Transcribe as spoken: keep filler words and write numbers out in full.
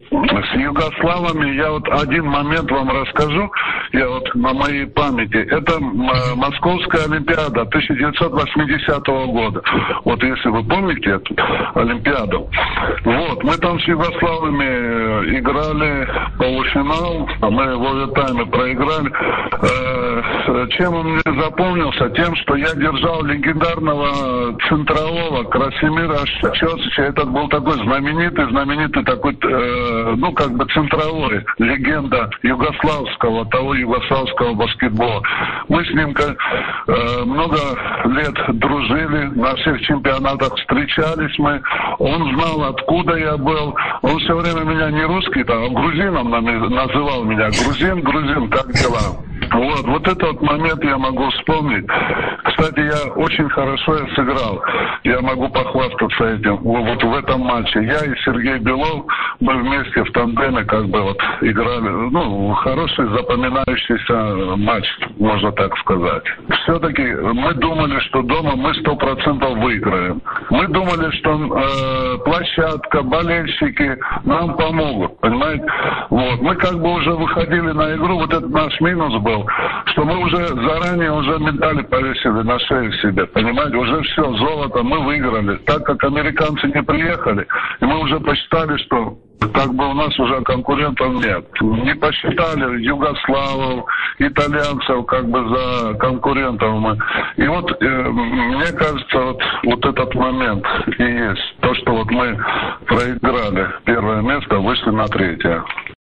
С югославами я вот один момент вам расскажу, я вот на моей памяти. Это Московская Олимпиада тысяча девятьсот восьмидесятого года. Вот если вы помните эту Олимпиаду. Вот, мы там с югославами играли полуфинал, а мы в овертайме проиграли. Чем он мне запомнился? Тем, что я держал легендарного центрового Красимира Чосича. Этот был такой знаменитый, знаменитый такой, э, ну, как бы центровой, легенда югославского, того югославского баскетбола. Мы с ним э, много лет дружили, на всех чемпионатах встречались мы. Он знал, откуда я был. Он все время меня не русский, а грузином называл меня. Грузин, грузин, как дела? Вот, вот этот вот момент я могу вспомнить. Кстати, я очень хорошо я сыграл. Я могу похвастаться этим. Вот в этом матче. Я и Сергей Белов, мы вместе в тандеме как бы вот играли. Ну, хороший запоминающийся матч, можно так сказать. Все-таки мы думали, что дома мы сто процентов выиграем. Мы думали, что э, площадка, болельщики нам помогут, понимаете? Вот. Мы как бы уже выходили на игру, вот этот наш минус был, что мы уже заранее уже медали повесили на шею себе, понимаете, уже все, золото мы выиграли, так как американцы не приехали, и мы уже посчитали, что как бы у нас уже конкурентов нет. Не посчитали югославов, итальянцев как бы за конкурентов мы. И вот э, мне кажется, вот, вот этот момент и есть. То, что вот мы проиграли первое место, вышли на третье.